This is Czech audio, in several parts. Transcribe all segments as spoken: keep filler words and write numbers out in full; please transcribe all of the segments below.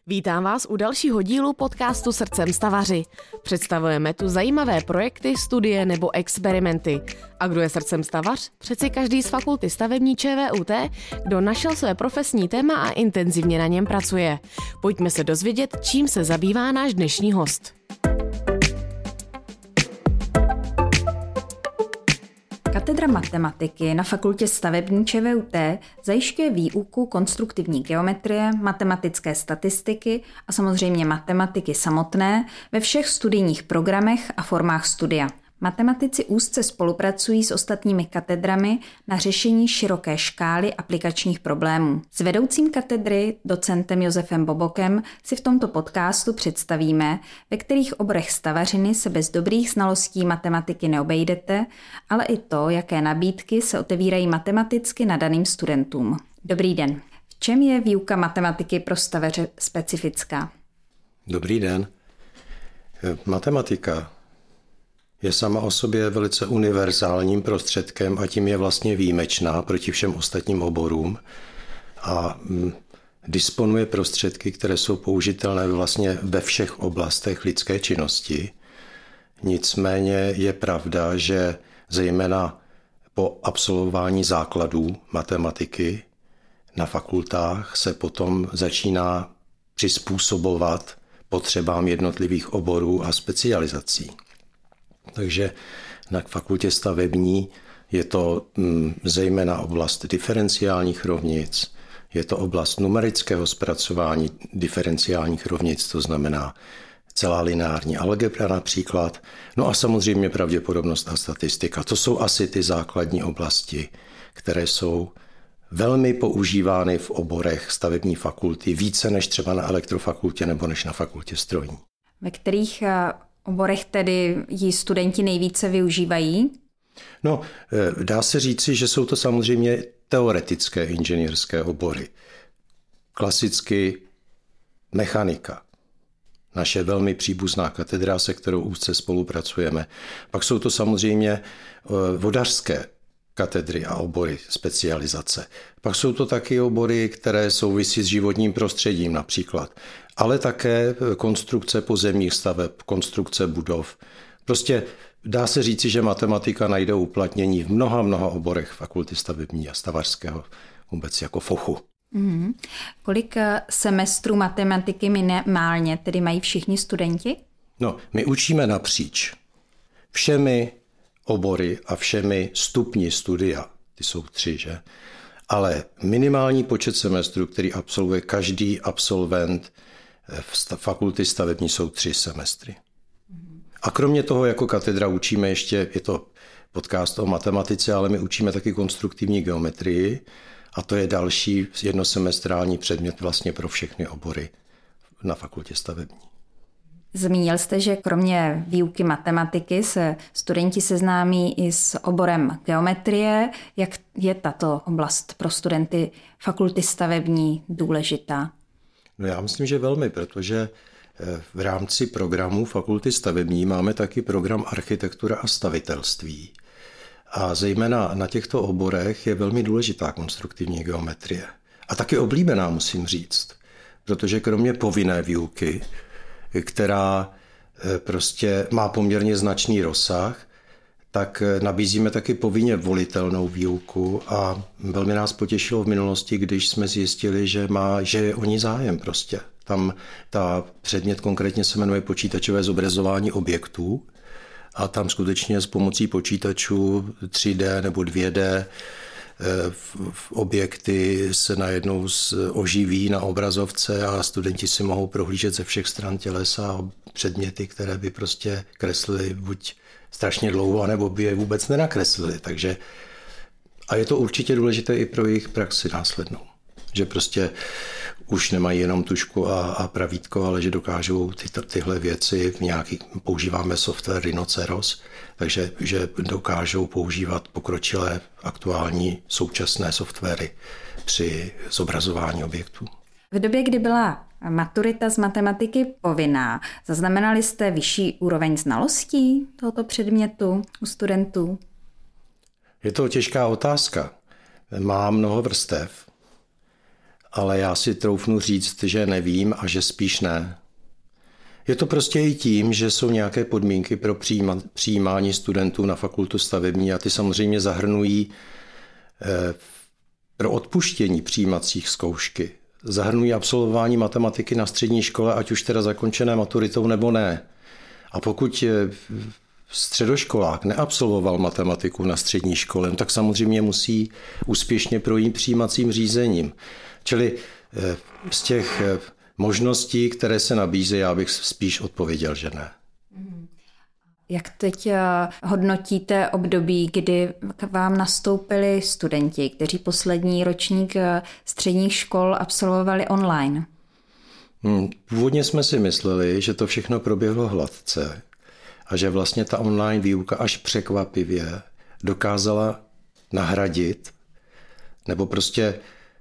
Vítám vás u dalšího dílu podcastu Srdcem stavaři. Představujeme tu zajímavé projekty, studie nebo experimenty. A kdo je srdcem stavař? Přeci každý z fakulty stavební ČVUT, kdo našel své profesní téma a intenzivně na něm pracuje. Pojďme se dozvědět, čím se zabývá náš dnešní host. Katedra matematiky na fakultě stavební ČVUT zajišťuje výuku konstruktivní geometrie, matematické statistiky a samozřejmě matematiky samotné ve všech studijních programech a formách studia. Matematici úzce spolupracují s ostatními katedrami na řešení široké škály aplikačních problémů. S vedoucím katedry, docentem Josefem Bobokem, si v tomto podcastu představíme, ve kterých oborech stavařiny se bez dobrých znalostí matematiky neobejdete, ale i to, jaké nabídky se otevírají matematicky nadaným studentům. Dobrý den. V čem je výuka matematiky pro stavaře specifická? Dobrý den. Matematika je sama o sobě velice univerzálním prostředkem a tím je vlastně výjimečná proti všem ostatním oborům a disponuje prostředky, které jsou použitelné vlastně ve všech oblastech lidské činnosti. Nicméně je pravda, že zejména po absolvování základů matematiky na fakultách se potom začíná přizpůsobovat potřebám jednotlivých oborů a specializací. Takže na fakultě stavební je to hm, zejména oblast diferenciálních rovnic, je to oblast numerického zpracování diferenciálních rovnic, to znamená celá lineární algebra například, no a samozřejmě pravděpodobnost a statistika. To jsou asi ty základní oblasti, které jsou velmi používány v oborech stavební fakulty, více než třeba na elektrofakultě nebo než na fakultě strojní. Ve kterých oborech tedy ji studenti nejvíce využívají? No, dá se říci, že jsou to samozřejmě teoretické inženýrské obory. Klasicky mechanika. Naše velmi příbuzná katedra, se kterou úzce spolupracujeme. Pak jsou to samozřejmě vodařské katedry a obory specializace. Pak jsou to taky obory, které souvisí s životním prostředím například, ale také konstrukce pozemních staveb, konstrukce budov. Prostě dá se říci, že matematika najde uplatnění v mnoha, mnoha oborech fakulty stavební a stavařského vůbec jako fochu. Mm. Kolik semestrů matematiky minimálně tedy mají všichni studenti? No, my učíme napříč všemi obory a všemi stupni studia. Ty jsou tři, že? Ale minimální počet semestrů, který absolvuje každý absolvent v fakulty stavební, jsou tři semestry. A kromě toho jako katedra učíme ještě, je to podcast o matematice, ale my učíme taky konstruktivní geometrii a to je další jednosemestrální předmět vlastně pro všechny obory na fakultě stavební. Zmínil jste, že kromě výuky matematiky se studenti seznámí i s oborem geometrie. Jak je tato oblast pro studenty fakulty stavební důležitá? No já myslím, že velmi, protože v rámci programu fakulty stavební máme taky program architektura a stavitelství. A zejména na těchto oborech je velmi důležitá konstruktivní geometrie. A taky oblíbená, musím říct, protože kromě povinné výuky, která prostě má poměrně značný rozsah, tak nabízíme taky povinně volitelnou výuku a velmi nás potěšilo v minulosti, když jsme zjistili, že, má, že je o ní zájem prostě. Tam ta předmět konkrétně se jmenuje počítačové zobrazování objektů a tam skutečně s pomocí počítačů tři dé nebo dvě dé v objekty se najednou oživí na obrazovce a studenti si mohou prohlížet ze všech stran tělesa předměty, které by prostě kreslili buď strašně dlouho, anebo by je vůbec nenakreslili. Takže, a je to určitě důležité i pro jejich praxi následnou. Že prostě už nemají jenom tužku a, a pravítko, ale že dokážou ty, tyhle věci v nějaký, používáme software Rhinoceros, takže že dokážou používat pokročilé aktuální současné softwary při zobrazování objektů. V době, kdy byla maturita z matematiky povinná, zaznamenali jste vyšší úroveň znalostí tohoto předmětu u studentů? Je to těžká otázka. Má mnoho vrstev ale já si troufnu říct, že nevím a že spíš ne. Je to prostě i tím, že jsou nějaké podmínky pro přijíma, přijímání studentů na fakultu stavební a ty samozřejmě zahrnují eh, pro odpuštění přijímacích zkoušky. Zahrnují absolvování matematiky na střední škole, ať už teda zakončené maturitou nebo ne. A pokud středoškolák neabsolvoval matematiku na střední škole, tak samozřejmě musí úspěšně projít přijímacím řízením. Čili z těch možností, které se nabízí, já bych spíš odpověděl, že ne. Jak teď hodnotíte období, kdy k vám nastoupili studenti, kteří poslední ročník středních škol absolvovali online? Hmm, původně jsme si mysleli, že to všechno proběhlo hladce a že vlastně ta online výuka až překvapivě dokázala nahradit nebo prostě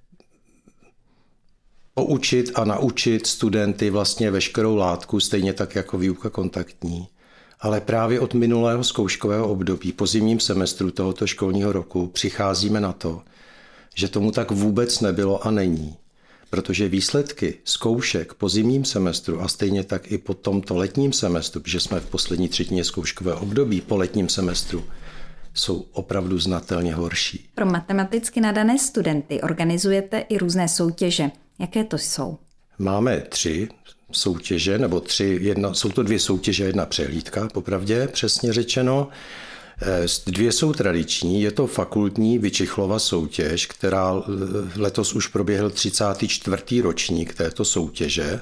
poučit a naučit studenty vlastně veškerou látku, stejně tak jako výuka kontaktní. Ale právě od minulého zkouškového období po zimním semestru tohoto školního roku přicházíme na to, že tomu tak vůbec nebylo a není. Protože výsledky zkoušek po zimním semestru a stejně tak i po tomto letním semestru, protože jsme v poslední třetině zkouškového období po letním semestru, jsou opravdu znatelně horší. Pro matematicky nadané studenty organizujete i různé soutěže. Jaké to jsou? Máme tři soutěže, nebo tři, jedna, jsou to dvě soutěže, jedna přehlídka, popravdě, přesně řečeno. Dvě jsou tradiční, je to fakultní Vyčichlova soutěž, která letos už proběhl třicátý čtvrtý ročník této soutěže.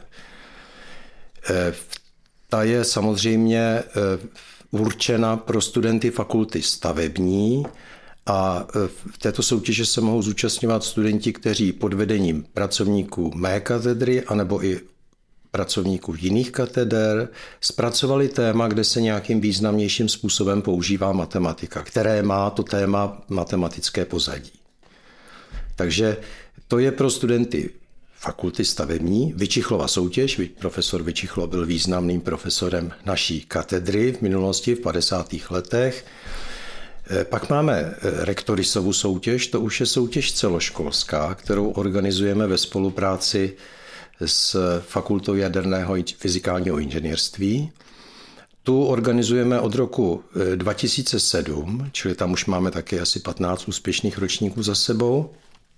Ta je samozřejmě určena pro studenty fakulty stavební a v této soutěži se mohou zúčastňovat studenti, kteří pod vedením pracovníků mé katedry anebo i pracovníků jiných kateder zpracovali téma, kde se nějakým významnějším způsobem používá matematika, které má to téma matematické pozadí. Takže to je pro studenty fakulty stavební Vyčichlova soutěž. Profesor Vyčichlo byl významným profesorem naší katedry v minulosti, v padesátých letech. Pak máme rektorisovu soutěž, to už je soutěž celoškolská, kterou organizujeme ve spolupráci s fakultou jaderného fyzikálního inženýrství. Tu organizujeme od roku dva tisíce sedm, čili tam už máme taky asi patnáct úspěšných ročníků za sebou.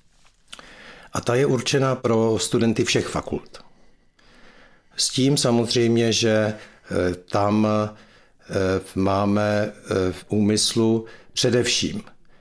A ta je určena pro studenty všech fakult. S tím samozřejmě, že tam máme v úmyslu především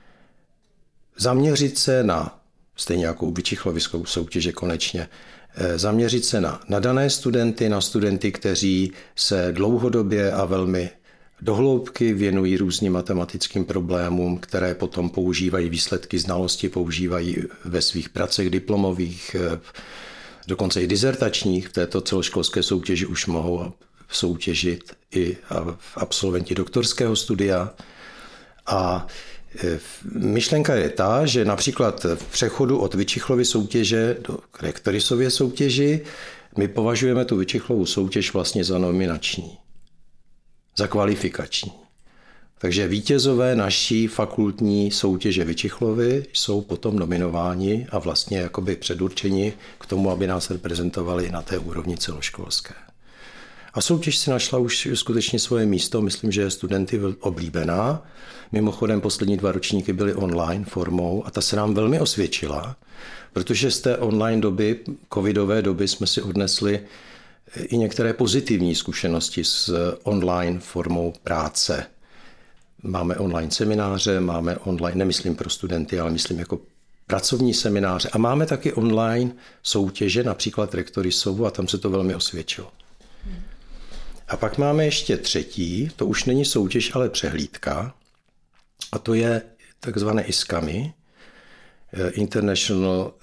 zaměřit se na, stejně jako u Vyčichlovskou soutěže konečně, zaměřit se na nadané studenty, na studenty, kteří se dlouhodobě a velmi dohloubky věnují různým matematickým problémům, které potom používají výsledky znalosti, používají ve svých pracech diplomových, dokonce i dizertačních. V této celoškolské soutěži už mohou soutěžit i absolventi doktorského studia. A myšlenka je ta, že například v přechodu od Vyčichlovy soutěže do rektorisově soutěži my považujeme tu Vyčichlovu soutěž vlastně za nominační, za kvalifikační. Takže vítězové naší fakultní soutěže Vyčichlovy jsou potom nominováni a vlastně jakoby předurčeni k tomu, aby nás reprezentovali na té úrovni celoškolské. A soutěž si našla už skutečně svoje místo, myslím, že je studenty oblíbená. Mimochodem poslední dva ročníky byly online formou a ta se nám velmi osvědčila, protože z té online doby, covidové doby, jsme si odnesli i některé pozitivní zkušenosti s online formou práce. Máme online semináře, máme online, nemyslím pro studenty, ale myslím jako pracovní semináře. A máme taky online soutěže, například rektorisovu, a tam se to velmi osvědčilo. A pak máme ještě třetí, to už není soutěž, ale přehlídka, a to je takzvané ISCAMI, International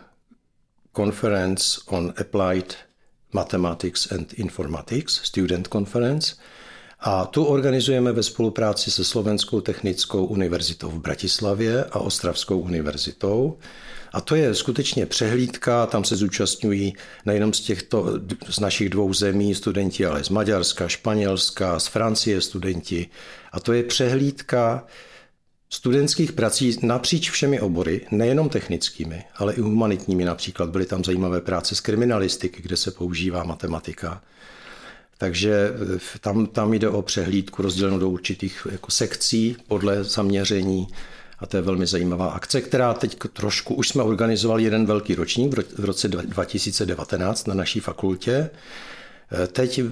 Conference on Applied Mathematics and Informatics, Student Conference, a tu organizujeme ve spolupráci se Slovenskou technickou univerzitou v Bratislavě a Ostravskou univerzitou. A to je skutečně přehlídka, tam se zúčastňují nejenom z těchto, z našich dvou zemí studenti, ale z Maďarska, Španělska, z Francie studenti. A to je přehlídka studentských prací napříč všemi obory, nejenom technickými, ale i humanitními. Například byly tam zajímavé práce z kriminalistiky, kde se používá matematika. Takže tam, tam jde o přehlídku rozdělenou do určitých jako sekcí podle zaměření. A to je velmi zajímavá akce, která teď trošku, už jsme organizovali jeden velký ročník v roce dva tisíce devatenáct na naší fakultě. Teď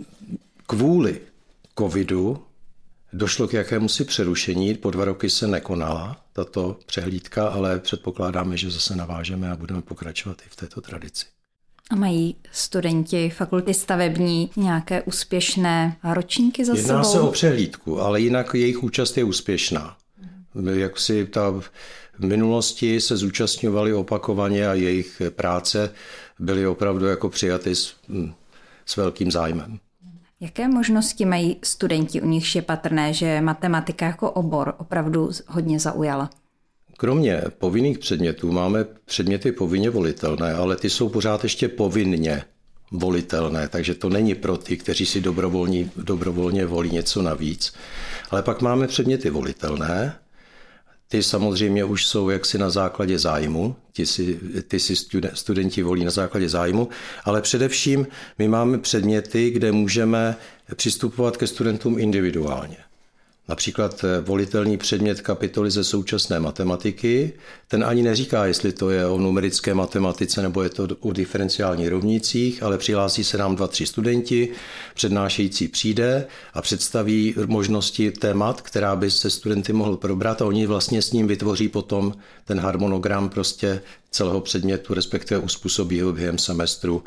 kvůli covidu došlo k jakémusi přerušení, po dva roky se nekonala tato přehlídka, ale předpokládáme, že zase navážeme a budeme pokračovat i v této tradici. A mají studenti fakulty stavební nějaké úspěšné ročníky za sebou? Jedná se o přehlídku, ale jinak jejich účast je úspěšná. Jak si ta v minulosti se zúčastňovali opakovaně a jejich práce byly opravdu jako přijaty s, s velkým zájmem. Jaké možnosti mají studenti, u nichž je patrné, že matematika jako obor opravdu hodně zaujala? Kromě povinných předmětů máme předměty povinně volitelné, ale ty jsou pořád ještě povinně volitelné, takže to není pro ty, kteří si dobrovolně, dobrovolně volí něco navíc. Ale pak máme předměty volitelné, ty samozřejmě už jsou jaksi na základě zájmu, ty si, ty si studenti volí na základě zájmu, ale především my máme předměty, kde můžeme přistupovat ke studentům individuálně. Například volitelný předmět kapitoly ze současné matematiky, ten ani neříká, jestli to je o numerické matematice nebo je to o diferenciálních rovnících, ale přihlásí se nám dva, tři studenti, přednášející přijde a představí možnosti témat, která by se studenty mohl probrat a oni vlastně s ním vytvoří potom ten harmonogram prostě celého předmětu, respektive uspůsobí ho během semestru.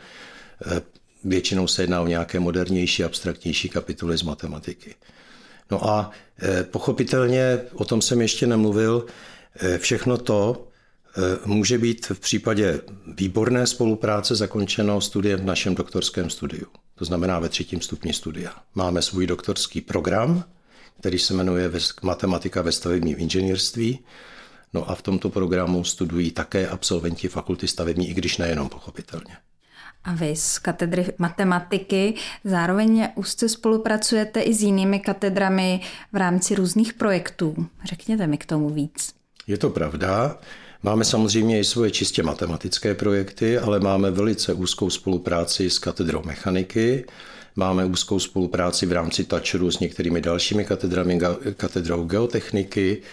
Většinou se jedná o nějaké modernější, abstraktnější kapitoly z matematiky. No a pochopitelně, o tom jsem ještě nemluvil, všechno to může být v případě výborné spolupráce zakončeno studiem v našem doktorském studiu. To znamená ve třetím stupni studia. Máme svůj doktorský program, který se jmenuje Matematika ve stavebním inženýrství. No a v tomto programu studují také absolventi fakulty stavební, i když nejenom pochopitelně. A vy z katedry matematiky zároveň úzce spolupracujete i s jinými katedrami v rámci různých projektů. Řekněte mi k tomu víc. Je to pravda. Máme samozřejmě i svoje čistě matematické projekty, ale máme velice úzkou spolupráci s katedrou mechaniky. Máme úzkou spolupráci v rámci TAČRu s některými dalšími katedrami, katedrou geotechniky.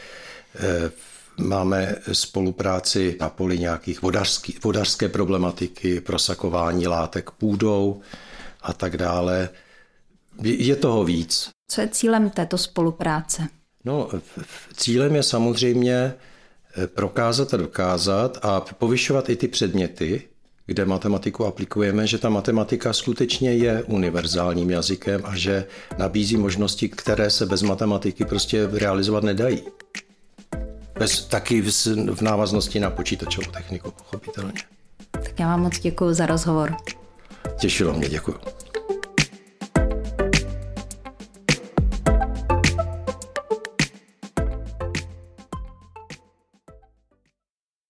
Máme spolupráci na poli nějakých vodařský, vodařské problematiky, prosakování látek půdou a tak dále. Je toho víc. Co je cílem této spolupráce? No, cílem je samozřejmě prokázat a dokázat a povyšovat i ty předměty, kde matematiku aplikujeme, že ta matematika skutečně je univerzálním jazykem a že nabízí možnosti, které se bez matematiky prostě realizovat nedají. Bez, taky v, v návaznosti na počítačovou techniku, pochopitelně. Tak já vám moc děkuji za rozhovor. Těšilo mě, děkuji.